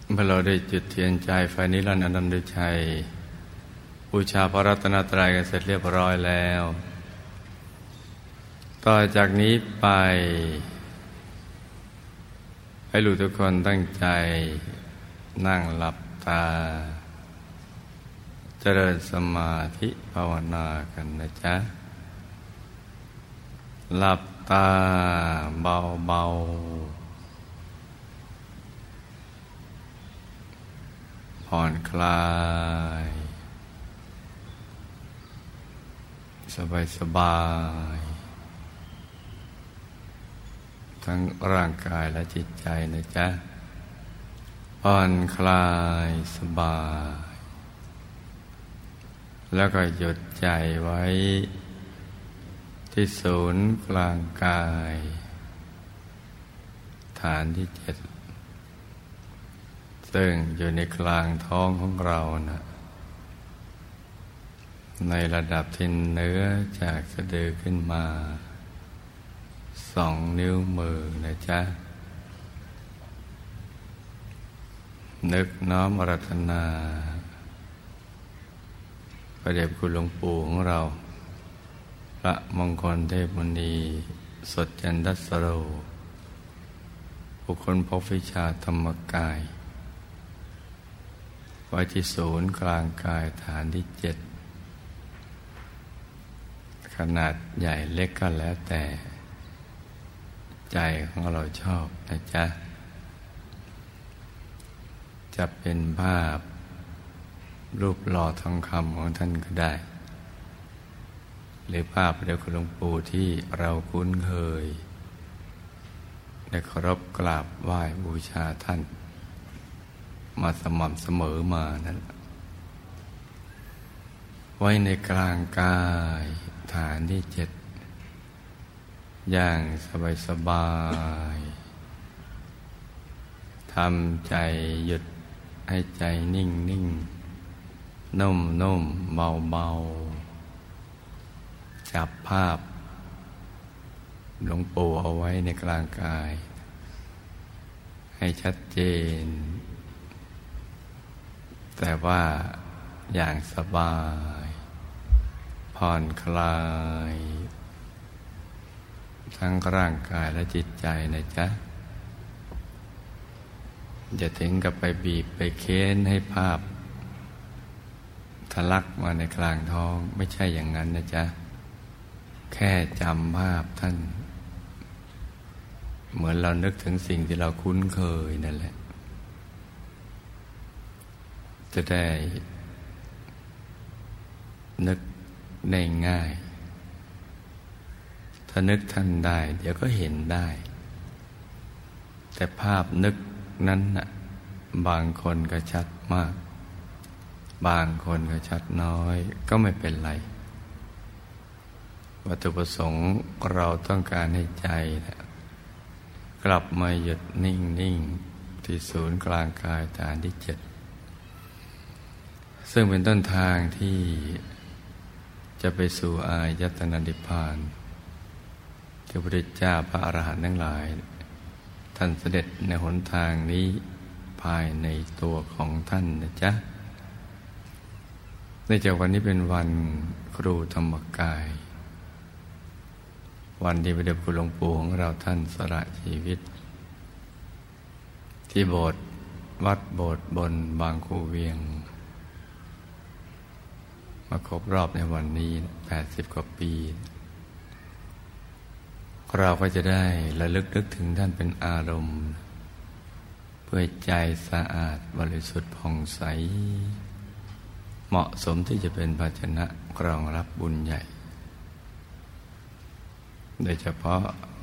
เมื่อเราได้จุดเทียนใจไฟนิรันดร์อนันตชัยบูชาพระรัตนตรัยกันเสร็จเรียบร้อยแล้วต่อจากนี้ไปให้ลูกทุกคนตั้งใจนั่งหลับตาเจริญสมาธิภาวนากันนะจ๊ะหลับตาเบาๆผ่อนคลายสบายทั้งร่างกายและจิตใจนะจ๊ะผ่อนคลายสบายแล้วก็หยุดใจไว้ที่ศูนย์กลางกายฐานที่7ซึ่งอยู่ในกลางท้องของเรานะในระดับที่เหนือจากสะดือขึ้นมา2 นิ้วมือนะจ๊ะนึกน้อมอาราธนาพระเดชคุณหลวงปู่ของเราพระมงคลเทพมุนีสดจันทสโรบุคคลพบวิชาธรรมกายไว้ที่ศูนย์กลางกายฐานที่7ขนาดใหญ่เล็กก็แล้วแต่ใจของเราชอบนะจ๊ะจะเป็นภาพรูปหล่อทองคำของท่านก็ได้หรือภาพเดียวกับหลวงปู่ที่เราคุ้นเคยได้เคารพกราบไหว้บูชาท่านมาสม่ำเสมอมานั่นไว้ในกลางกายฐานที่7อย่างสบายๆทำใจหยุดให้ใจนิ่งนุ่มเบาๆจับภาพหลวงปู่เอาไว้ในกลางกายให้ชัดเจนแต่ว่าอย่างสบายผ่อนคลายทั้งร่างกายและจิตใจนะจ๊ะอย่าถึงกับไปบีบไปเค้นให้ภาพทะลักมาในกลางท้องไม่ใช่อย่างนั้นนะจ๊ะแค่จำภาพท่านเหมือนเรานึกถึงสิ่งที่เราคุ้นเคยนั่นแหละจะได้นึกได้ง่ายถ้านึกท่านได้เดี๋ยวก็เห็นได้แต่ภาพนึกนั้นน่ะบางคนก็ชัดมากบางคนก็ชัดน้อยก็ไม่เป็นไรวัตถุประสงค์เราต้องการให้ใจนะกลับมาหยุดนิ่งที่ศูนย์กลางกายฐานที่7ซึ่งเป็นต้นทางที่จะไปสู่อายตนะนิพพานที่พระพุทธเจ้าพระอรหันต์ทั้งหลายท่านเสด็จในหนทางนี้ภายในตัวของท่านนะจ๊ะเนื่องจากวันนี้เป็นวันครูธรรมกายวันที่พระเดชคุณหลวงปู่ของเราท่านสละชีวิตที่โบสถ์วัดโบสถ์บนบางคูเวียงมาครบรอบในวันนี้80 กว่าปีเราก็จะได้ระลึกนึกถึงท่านเป็นอารมณ์เพื่อใจสะอาดบริสุทธิ์ผ่องใสเหมาะสมที่จะเป็นภาชนะรองรับบุญใหญ่โดยเฉพาะ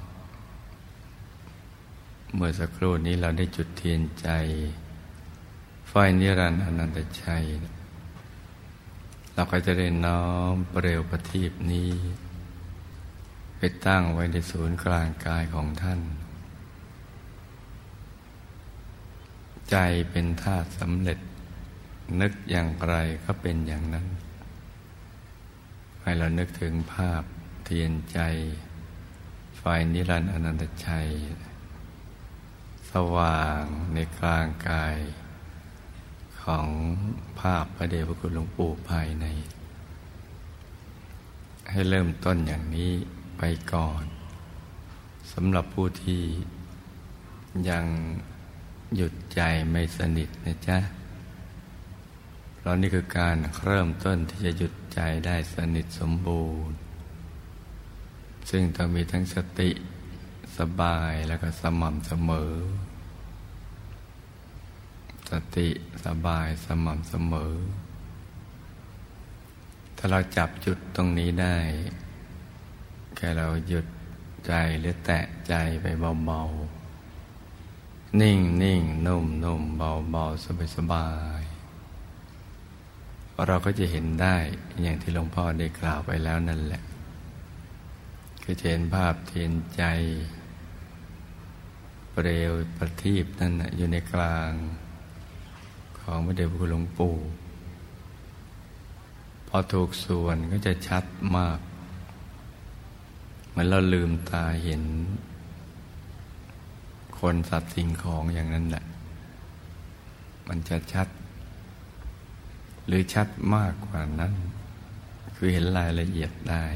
เมื่อสักครู่นี้เราได้จุดเทียนใจไฟนิรันดร์อนันตชัยเราก็จะได้น้อมเปลวประทีปนี้ไปตั้งไว้ในศูนย์กลางกายของท่านใจเป็นธาตุสำเร็จนึกอย่างไรก็เป็นอย่างนั้นให้เรานึกถึงภาพเทียนใจไฟนิรันดร์อนันตชัยสว่างในกลางกายของภาพพระเดชพระคุณหลวงปู่ภายใน ให้เริ่มต้นอย่างนี้ไปก่อนสำหรับผู้ที่ยังหยุดใจไม่สนิทนะจ๊ะเพราะนี่คือการเริ่มต้นที่จะหยุดใจได้สนิทสมบูรณ์ซึ่งต้องมีทั้งสติสบายแล้วก็สม่ำเสมอสติสบายสม่ำเสมอถ้าเราจับจุดตรงนี้ได้แค่เราหยุดใจหรือแตะใจไปเบาๆนิ่งนิ่งนุ่มนุ่มเบาเบาสบายสบายเราก็จะเห็นได้อย่างที่หลวงพ่อได้กล่าวไปแล้วนั่นแหละคือเห็นภาพเห็นใจเปลวประทีปนั่นอยู่ในกลางของพระเดชพระคุณหลวงปู่พอถูกส่วนก็จะชัดมากเหมือนเราลืมตาเห็นคนสัตว์สิ่งของอย่างนั้นแหละมันจะชัดหรือชัดมากกว่านั้นคือเห็นรายละเอียดได้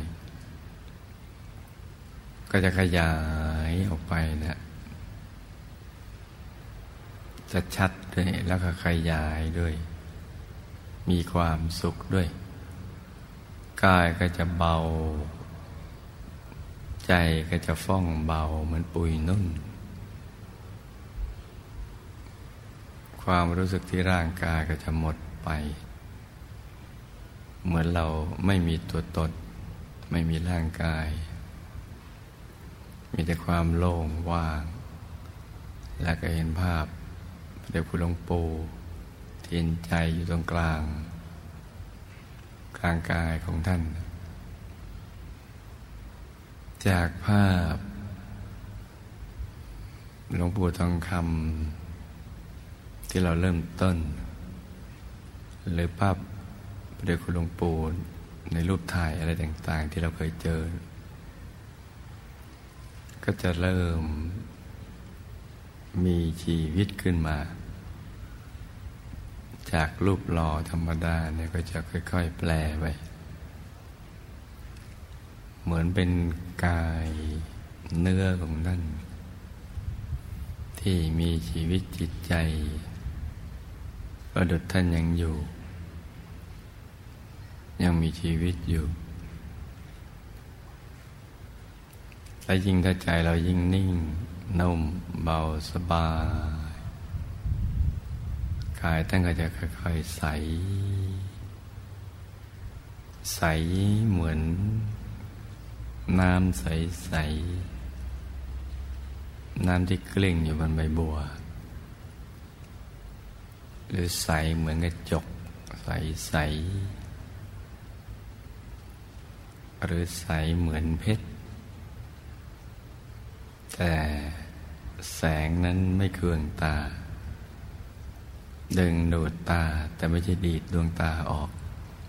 ก็จะขยายออกไปนะจะชัดด้วยแล้วก็ขยายด้วยมีความสุขด้วยกายก็จะเบาใจก็จะฟ่องเบาเหมือนปุยนุ่นความรู้สึกที่ร่างกายก็จะหมดไปเหมือนเราไม่มีตัวตนไม่มีร่างกายมีแต่ความโล่งว่างและก็เห็นภาพพระเดชคุณหลวงปู่เทียนใจอยู่ตรงกลางกายของท่านจากภาพหลวงปู่ทองคำที่เราเริ่มต้นหรือภาพพระเดชคุณหลวงปู่ในรูปถ่ายอะไรต่างๆที่เราเคยเจอก็จะเริ่มมีชีวิตขึ้นมาจากรูปหล่อธรรมดาเนี่ยก็จะค่อยๆแปลไปเหมือนเป็นกายเนื้อของท่านที่มีชีวิตจิตใจประดุจท่านยังอยู่ยังมีชีวิตอยู่และยิ่งถ้าใจเรายิ่งนิ่งนุ่มเบาสบายกายท่านก็จะค่อยๆใสใสเหมือนน้ำใสๆน้ำที่กลิ้งอยู่บนใบบัวหรือใสเหมือนกระจกใสๆหรือใสเหมือนเพชรแต่แสงนั้นไม่เคืองตาดึงดูดตาแต่ไม่ใช่ดีดดวงตาออก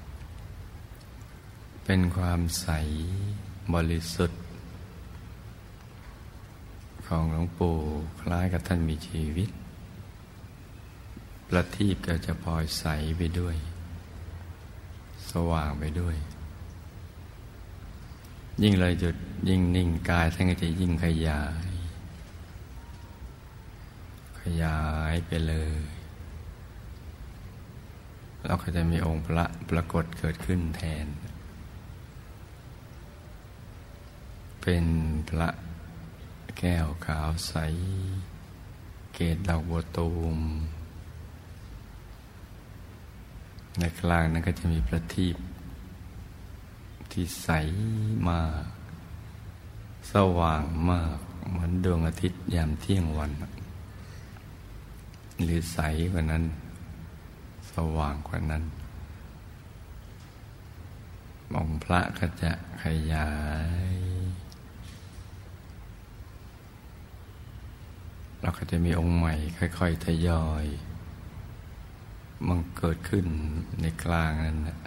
เป็นความใสบริสุทธิ์ของหลวงปู่คล้ายกับท่านมีชีวิตประทีปก็จะพลอยใสไปด้วยสว่างไปด้วยยิ่งเราหยุดยิ่งนิ่งกายท่านก็จะยิ่งขยายไปเลยเราก็จะมีองค์พระปรากฏเกิดขึ้นแทนเป็นพระแก้วขาวใสเกศดอกบัวตูมในกลางนั้นก็จะมีประทีปที่ใสมากสว่างมากเหมือนดวงอาทิตย์ยามเที่ยงวันหรือใสกว่านั้นสว่างกว่านั้นองค์พระก็จะขยายเราก็จะมีองค์ใหม่ค่อยๆทยอยมันเกิดขึ้นในกลางนั้นนะ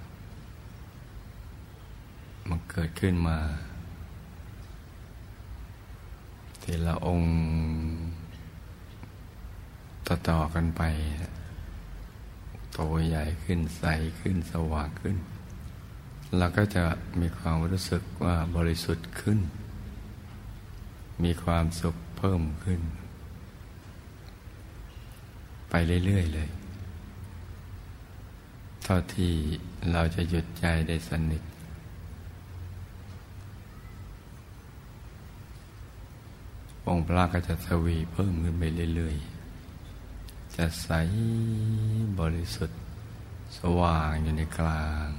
มันเกิดขึ้นมาทีละองค์ต่อๆกันไปใหญ่ขึ้นใสขึ้นสว่างขึ้นเราก็จะมีความรู้สึกว่าบริสุทธิ์ขึ้นมีความสุขเพิ่มขึ้นไปเรื่อยๆเลยเท่าที่เราจะหยุดใจได้สนิทองค์พระก็จะทวีเพิ่มขึ้นไปเรื่อยๆจะใสบริสุทธิ์สว่างอยู่ในกลาง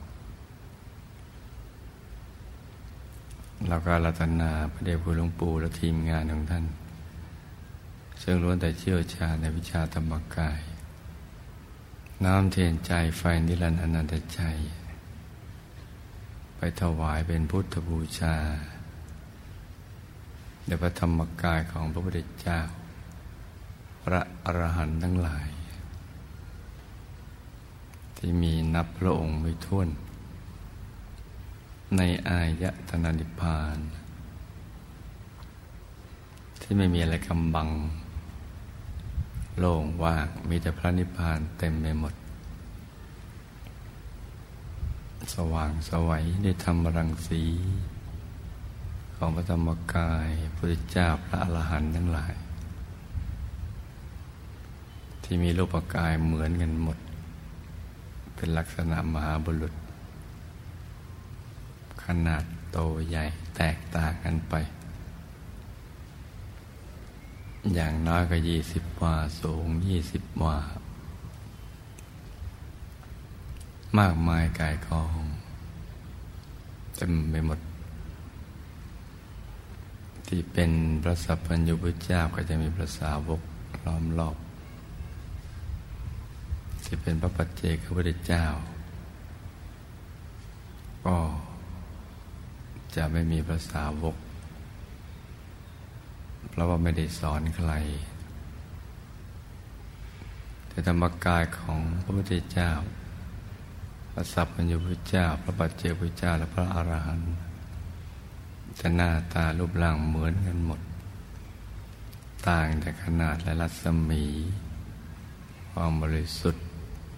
เราก็อาราธนาพระเดชพระหลวงปู่และทีมงานของท่านซึ่งล้วนแต่เชี่ยวชาญในวิชาธรรมกายน้อมเทียนใจไฟนิรันดร์อนันตใจไปถวายเป็นพุทธบูชาในพระธรรมกายของพระพุทธเจ้าพระอรหันต์ทั้งหลายที่มีนับพระองค์ไม่ถ้วนในอายตนะนิพพานที่ไม่มีอะไรกำบังโล่งว่างมีแต่พระนิพพานเต็มไปหมดสว่างไสวด้วยธรรมรังสีของพระธรรมกายพระพุทธเจ้าพระอรหันต์ทั้งหลายที่มีรูปกายเหมือนกันหมดเป็นลักษณะมหาบุรุษขนาดโตใหญ่แตกต่างกันไปอย่างน้อยก็20 วาสูง20 วามากมายกายกองเต็มไปหมดที่เป็นพระสัพพัญญุพุทธเจ้าก็จะมีพระสาวกล้อมรอบที่เป็นพระปัจเจกพุทธเจ้าก็จะไม่มีพระสาวกเพราะว่าไม่ได้สอนใครแต่ธรรมกายของพระพุทธเจ้าพระสัพพัญญุพุทธเจ้าพระปัจเจกพุทธเจ้าและพระอรหันต์จะหน้าตารูปร่างเหมือนกันหมดต่างแต่ขนาดและรัศมีความบริสุทธิ์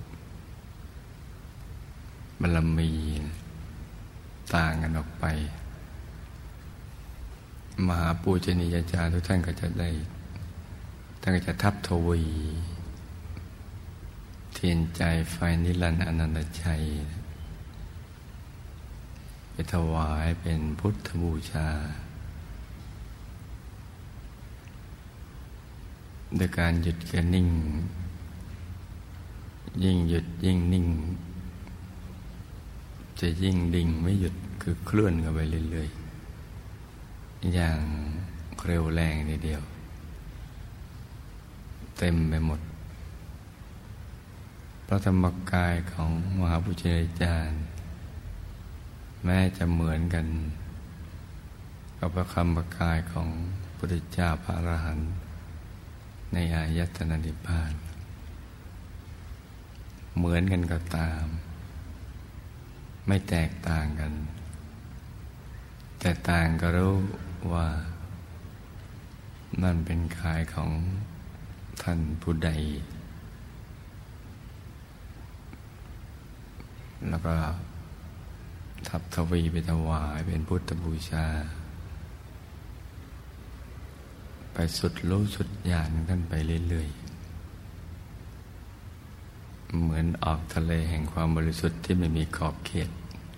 บารมีต่างกันออกไปมหาปูชนียาจารย์ทุกท่านก็จะได้ท่านก็จะทับทวีเทียนใจไฟนิรันดร์อนันตชัยไปถวายเป็นพุทธบูชาโดยการหยุดกับนิ่งยิ่งหยุดยิ่งนิ่งจะยิ่งดิ่งไม่หยุดคือเคลื่อนกันไปเรื่อยๆอย่างเร็วแรงทีเดียวเต็มไปหมดพระธรรมกายของมหาปุจเจอาจารย์แม้จะเหมือนกันกับพระธรรมกายของพระพุทธเจ้าพระอรหันต์ในอายตนะนิพพานเหมือนกันก็ตามไม่แตกต่างกันแต่ต่างก็รู้ว่านั่นเป็นกายของท่านผู้ใดแล้วก็ทับทวีไปถวายเป็นพุทธบูชาไปสุดรู้สุดญาณกันไปเรื่อยๆเหมือนออกทะเลแห่งความบริสุทธิ์ที่ไม่มีขอบเขต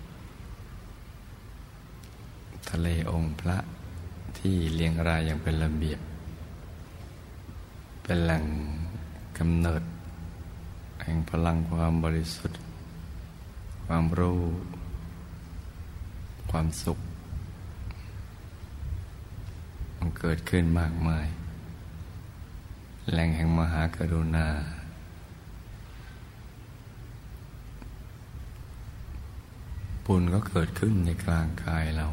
ทะเลองค์พระที่เรียงรายอย่างเป็นระเบียบเป็นแหล่งกำเนิดแห่งพลังความบริสุทธิ์ความรู้ความสุขมันเกิดขึ้นมากมายแหล่งแห่งมหากรุณาบุญก็เกิดขึ้นในกลางกายเรา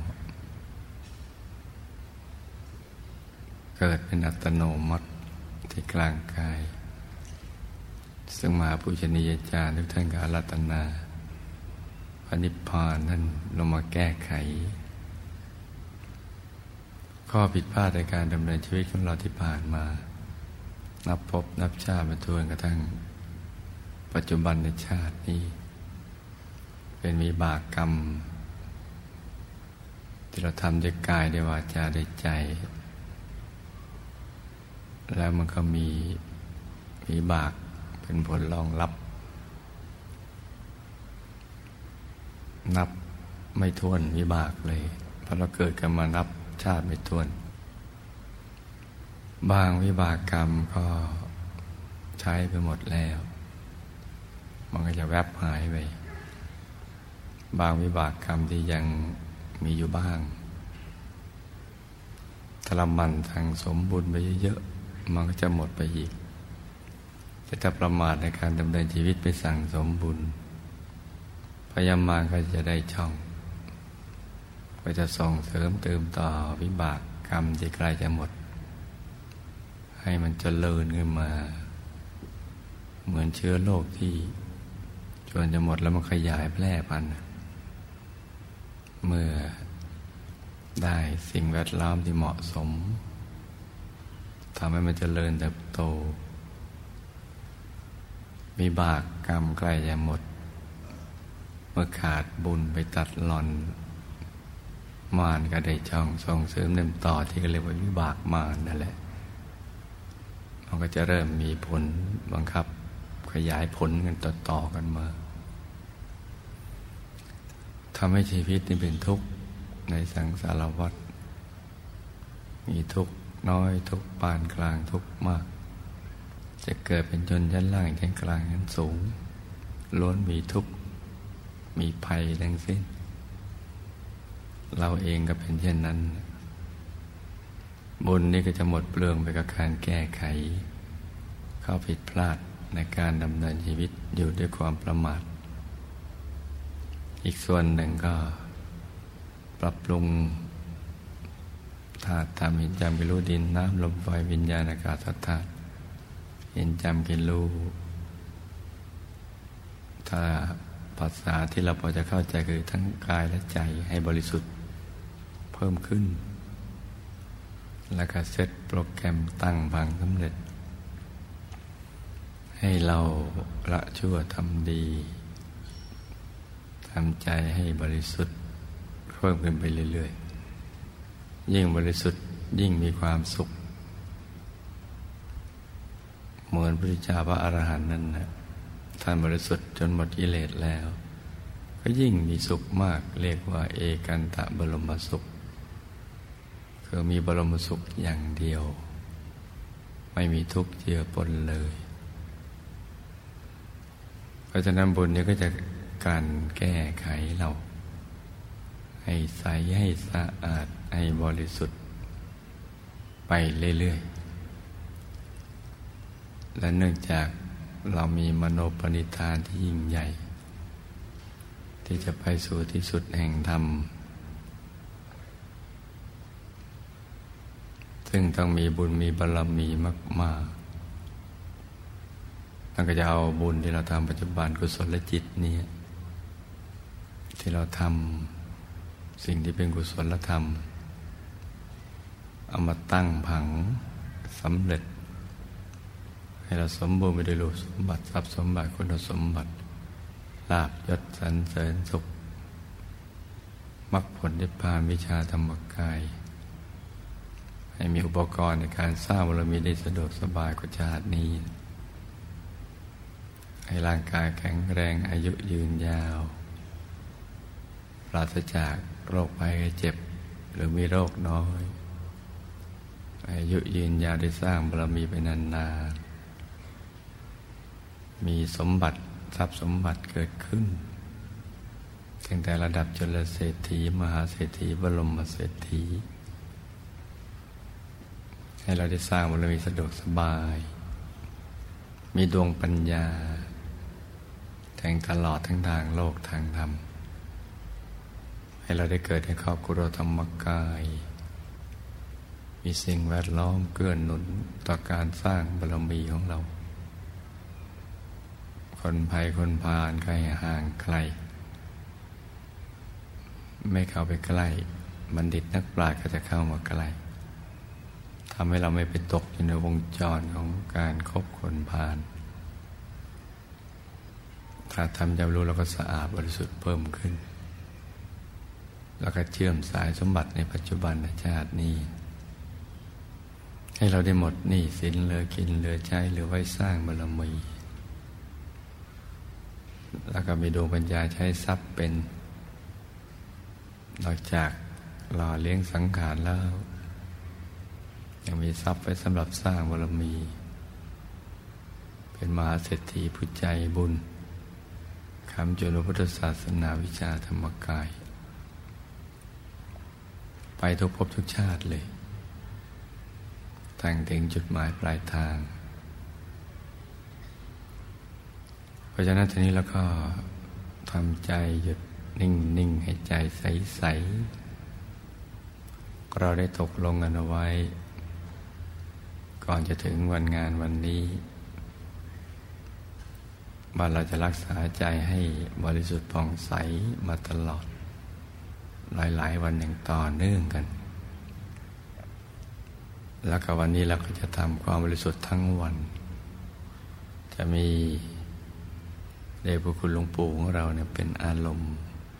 เกิดเป็นอัตโนมัติที่กลางกายซึ่งมหาปุชนียาจารย์ทุกท่านก็อาราธนาพระนิพพานท่านลงมาแก้ไขข้อผิดพลาดในการดำเนินชีวิตของเราที่ผ่านมานับพบนับชาติมาทวนกระทั่งปปัจจุบันในชาตินี้เป็นวิบากกรรมที่เราทำด้วยกายด้วยวาจาด้วยใจแล้วมันก็มีวิบากเป็นผลรองรับนับไม่ถ้วนวิบากเลยเพราะเราเกิดกันมานับชาติไม่ถ้วนบางวิบากกรรมก็ใช้ไปหมดแล้วมันก็จะแวบหายไปบางวิบากกรรมที่ยังมีอยู่บ้างถ้าเราหมั่นสั่งสมบุญไปเยอะๆมันก็จะหมดไปอีกจะประมาทในการดำเนินชีวิตไปสั่งสมบุญพยายามก็จะได้ช่องก็จะส่งเสริมเติมต่อวิบากกรรมที่ใกล้จะหมดให้มันเจริญขึ้นมาเหมือนเชื้อโรคที่จนจะหมดแล้วมันขยายแพร่พันธุ์เมื่อได้สิ่งแวดล้อมที่เหมาะสมทำให้มันเจริญเติบโตวิบากกรรมใกล้จะหมดเมื่อขาดบุญไปตัดหล่อนมารก็ได้ช่องส่งเสริมเติมต่อที่เรียกว่าวิบากมารนั่นแหละมันก็จะเริ่มมีผลบังคับขยายผลกันต่อกันมาทำให้ชีวิตนี้เป็นทุกข์ในสังสารวัฏมีทุกข์น้อยทุกข์ปานกลางทุกข์มากจะเกิดเป็นชนชั้นล่างชั้นกลางชั้นสูงล้วนมีทุกข์มีภัยทั้งสิ้นเราเองก็เป็นเช่นนั้นบุญนี่ก็จะหมดเปลืองไปกับการแก้ไขข้อผิดพลาดในการดำเนินชีวิตอยู่ด้วยความประมาทอีกส่วนหนึ่งก็ปรับปรุงธาตุธรรมเห็นจำกินรู้ดินน้ำลมไฟวิญญาณอากาศธาตุเห็นจำกินรู้ถ้าภาษาที่เราพอจะเข้าใจคือทั้งกายและใจให้บริสุทธิ์เพิ่มขึ้นแล้วก็เซตโปรแกรมตั้งพังสำเร็จให้เราละชั่วทำดีทำใจให้บริสุทธิ์เพิ่มขึ้นไปเรื่อยๆยิ่งบริสุทธิ์ยิ่งมีความสุขเหมือนพระพุทธเจ้าพระอรหันต์นั้นนะท่านบริสุทธิ์จนหมดกิเลสแล้วก็ยิ่งมีสุขมากเรียกว่าเอกันตะบรมสุขคือมีบรมสุขอย่างเดียวไม่มีทุกข์เจือปนเลยเพราะฉะนั้นบุญนี้ก็จะการแก้ไขเราให้ใสให้สะอาดให้บริสุทธิ์ไปเรื่อยๆและเนื่องจากเรามีมโนปณิธานที่ยิ่งใหญ่ที่จะไปสู่ที่สุดแห่งธรรมซึ่งต้องมีบุญมีบารมีมากๆท่านก็จะเอาบุญที่เราทำปัจจุบันกุศลจิตนี้ที่เราทำสิ่งที่เป็นกุศลธรรมเอามาตั้งผังสำเร็จให้เราสมบูรณ์ไปด้วยรูปสมบัติทรัพย์สมบัติคุณสมบัติลาภยศสรรเสริญสุขมรรคผลนิพพานวิชาธรรมกายให้มีอุปกรณ์ในการสร้างบารมีได้สะดวกสบายกว่าชาตินี้ให้ร่างกายแข็งแรงอายุยืนยาวปราศจากโรคภัยไข้เจ็บหรือมีโรคน้อยอายุยืนยาวได้สร้างบารมีไปนานๆมีสมบัติทรัพย์สมบัติเกิดขึ้นตั้งแต่ระดับชลเศรษฐีมหาเศรษฐีบรมเศรษฐีให้เราได้สร้างบารมีสะดวกสบายมีดวงปัญญาแทงตลอดทั้งทางโลกทางธรรมให้เราได้เกิดในครอบครัวธรรมกายมีสิ่งแวดล้อมเกื้อหนุนต่อการสร้างบารมีของเราคนภัยคนพาลใครห่างไกลไม่เข้าไปใกล้บัณฑิตนักปราชญ์ก็จะเข้ามาใกล้ทำให้เราไม่ไปตกอยู่ในวงจรของการคบคนพาลขาดทำความรู้เราก็สะอาดบริสุทธิ์เพิ่มขึ้นแล้วก็เชื่อมสายสมบัติในปัจจุบันชาตินี้ให้เราได้หมดหนี้สินเหลือกินเหลือใช้เหลือไว้สร้างบารมีแล้วก็มีดวงปัญญาใช้ทรัพย์เป็นนอกจากหล่อเลี้ยงสังขารแล้วยังมีทรัพย์ไว้สำหรับสร้างบารมีเป็นมหาเศรษฐีผู้ใจบุญคำจุลพุทธศาสนาวิชาธรรมกายไปทุกภพทุกชาติเลยตั้งถึงจุดหมายปลายทางเพราะฉะนั้นทีนี้เราก็ทำใจหยุดนิ่งๆให้ใจใสๆเราได้ตกลงกันเอาไว้ก่อนจะถึงวันงานวันนี้ว่าเราจะรักษาใจให้บริสุทธิ์ผ่องใสมาตลอดหลายๆวันอย่างต่อเนื่องกันแล้วก็วันนี้เราก็จะทำความบริสุทธิ์ทั้งวันจะมีเดชพระคุณหลวงปู่ของเราเนี่ยเป็นอารมณ์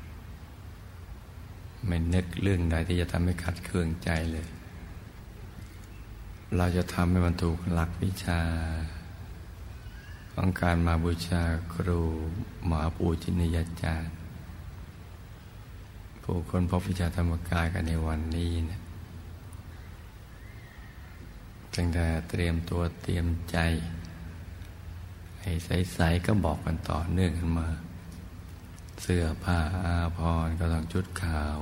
ไม่นึกเรื่องใดที่จะทำให้ขัดเคืองใจเลยเราจะทำให้มันถูกหลักวิชาของการมาบูชาครูมหาปูชนียาจารย์ผู้คนพบวิชาธรรมกายกันในวันนี้เนี่ยจึงแต่เตรียมตัวเตรียมใจให้ใสๆก็บอกกันต่อเนื่องกันมาเสื้อผ้าอาภรณ์ก็ต้องชุดขาว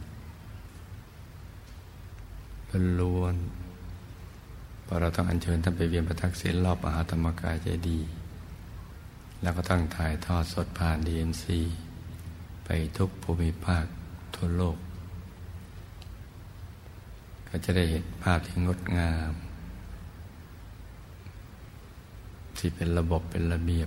ล้วนเพราะเราต้องอัญเชิญท่านไปเวียนประทักษิณรอบมหาธรรมกายเจดีย์แล้วก็ต้องถ่ายทอดสดผ่าน DMC ไปทุกภูมิภาคทั่วโลกก็จะได้เห็นภาพที่งดงามที่เป็นระบบเป็นระเบียบ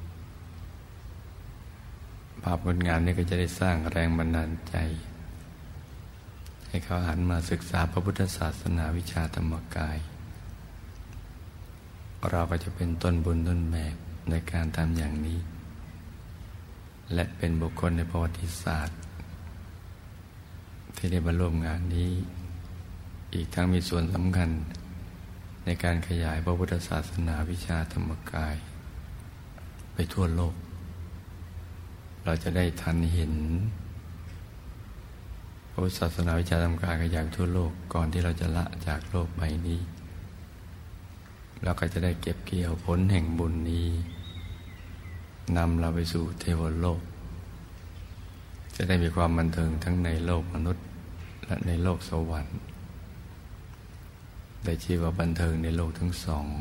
ภาพงดงามนี้ก็จะได้สร้างแรงบันดาลใจให้เขาหันมาศึกษาพระพุทธศาสนาวิชาธรรมกายเราก็จะเป็นต้นบุญต้นแบบในการทำอย่างนี้และเป็นบุคคลในประวัติศาสตร์ที่ได้มาร่วมงานนี้อีกทั้งมีส่วนสำคัญในการขยายพระพุทธศาสนาวิชาธรรมกายไปทั่วโลกเราจะได้ทันเห็นพระพุทธศาสนาวิชาธรรมกายขยายทั่วโลกก่อนที่เราจะละจากโลกใบนี้เราก็จะได้เก็บเกี่ยวผลแห่งบุญนี้นำเราไปสู่เทวโลกจะได้มีความบันเทิงทั้งในโลกมนุษย์และในโลกสวรรค์ได้ชื่อว่าบันเทิงในโลกทั้งสอง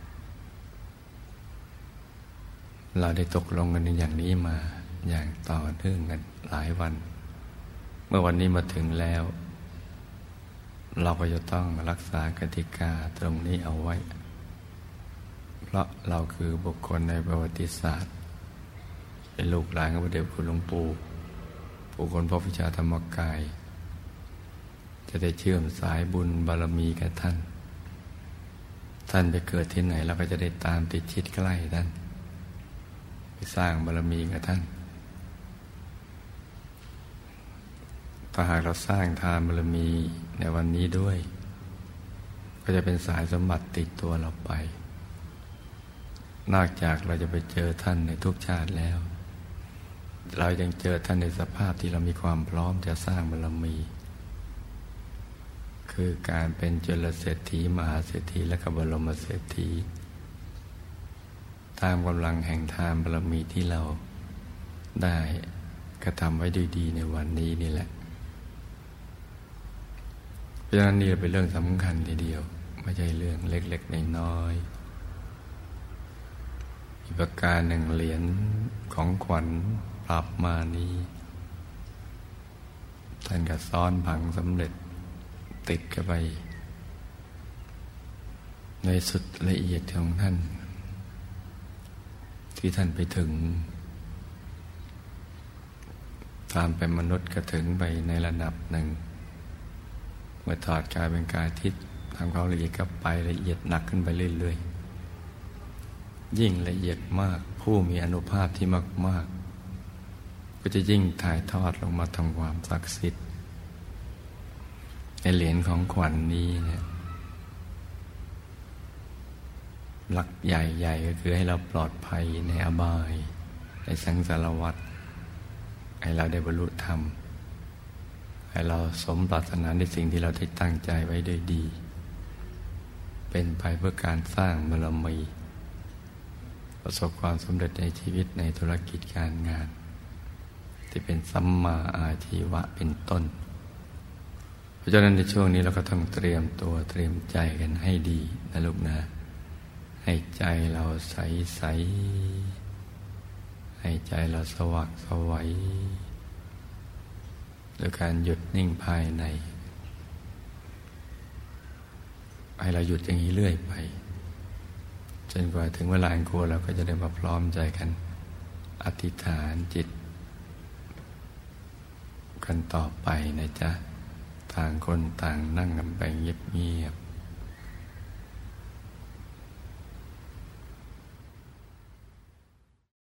เราได้ตกลงกันอย่างนี้มาอย่างต่อเนื่องกันหลายวันเมื่อวันนี้มาถึงแล้วเราก็จะต้องรักษากติกาตรงนี้เอาไว้เพราะเราคือบุคคลในประวัติศาสตร์เป็นลูกหลานของพระเดชคุณหลวงปู่ผู้คนพบวิชาธรรมกายจะได้เชื่อมสายบุญบารมีกับท่านไปเกิดที่ไหนเราก็จะได้ตามติดชิดใกล้ท่านไปสร้างบารมีกับท่านถ้าหากเราสร้างทานบารมีในวันนี้ด้วยก็จะเป็นสายสมบัติติดตัวเราไปนอกจากเราจะไปเจอท่านในทุกชาติแล้วเรายังเจอท่านในสภาพที่เรามีความพร้อมจะสร้างบารมีคือการเป็นจุลเศรษฐีมหาเศรษฐีและก็บรมเศรษฐีตามกำลังแห่งทานบารมีที่เราได้กระทำไว้ด้วยดีในวันนี้นี่แหละเพราะฉะนั้นนี่เป็นเรื่องสำคัญทีเดียวไม่ใช่เรื่องเล็กๆน้อยๆอีกประการหนึ่งเหรียญของขวัญปรับมานี้ท่านก็ซ้อนผังสำเร็จติดกันไปในสุดละเอียดของท่านที่ท่านไปถึงตามเป็นมนุษย์ก็ถึงไปในระดับหนึ่งเมื่อถอดกายเป็นกายทิพย์ทำความละเอียดก็ไปละเอียดหนักขึ้นไปเรื่อยๆยิ่งละเอียดมากผู้มีอานุภาพที่มากๆก็จะยิ่งถ่ายทอดลงมาทำความศักดิ์สิทธิ์ในเหรียญของขวัญ นี้เนี่ยหลักใหญ่ๆก็คือให้เราปลอดภัยในอบายในสังสารวัฏให้เราได้บรรลุธรรมให้เราสมปรารถนาในสิ่งที่เราได้ตั้งใจไว้ด้วยดีเป็นไปเพื่อการสร้างบารมีประสบความสำเร็จในชีวิตในธุรกิจการงานที่เป็นสัมมาอาชีวะเป็นต้นเพราะฉะนั้นในช่วงนี้เราก็ต้องเตรียมตัวเตรียมใจกันให้ดีนะลูกนะให้ใจเราใสๆให้ใจเราสว่างไสวโดยการหยุดนิ่งภายในให้เราหยุดอย่างนี้เรื่อยไปจนกว่าถึงเวลาอันควรเราก็จะได้มาพร้อมใจกันอธิษฐานจิตกันต่อไปนะจ๊ะต่างคนต่างนั่งกันไปเงียบๆ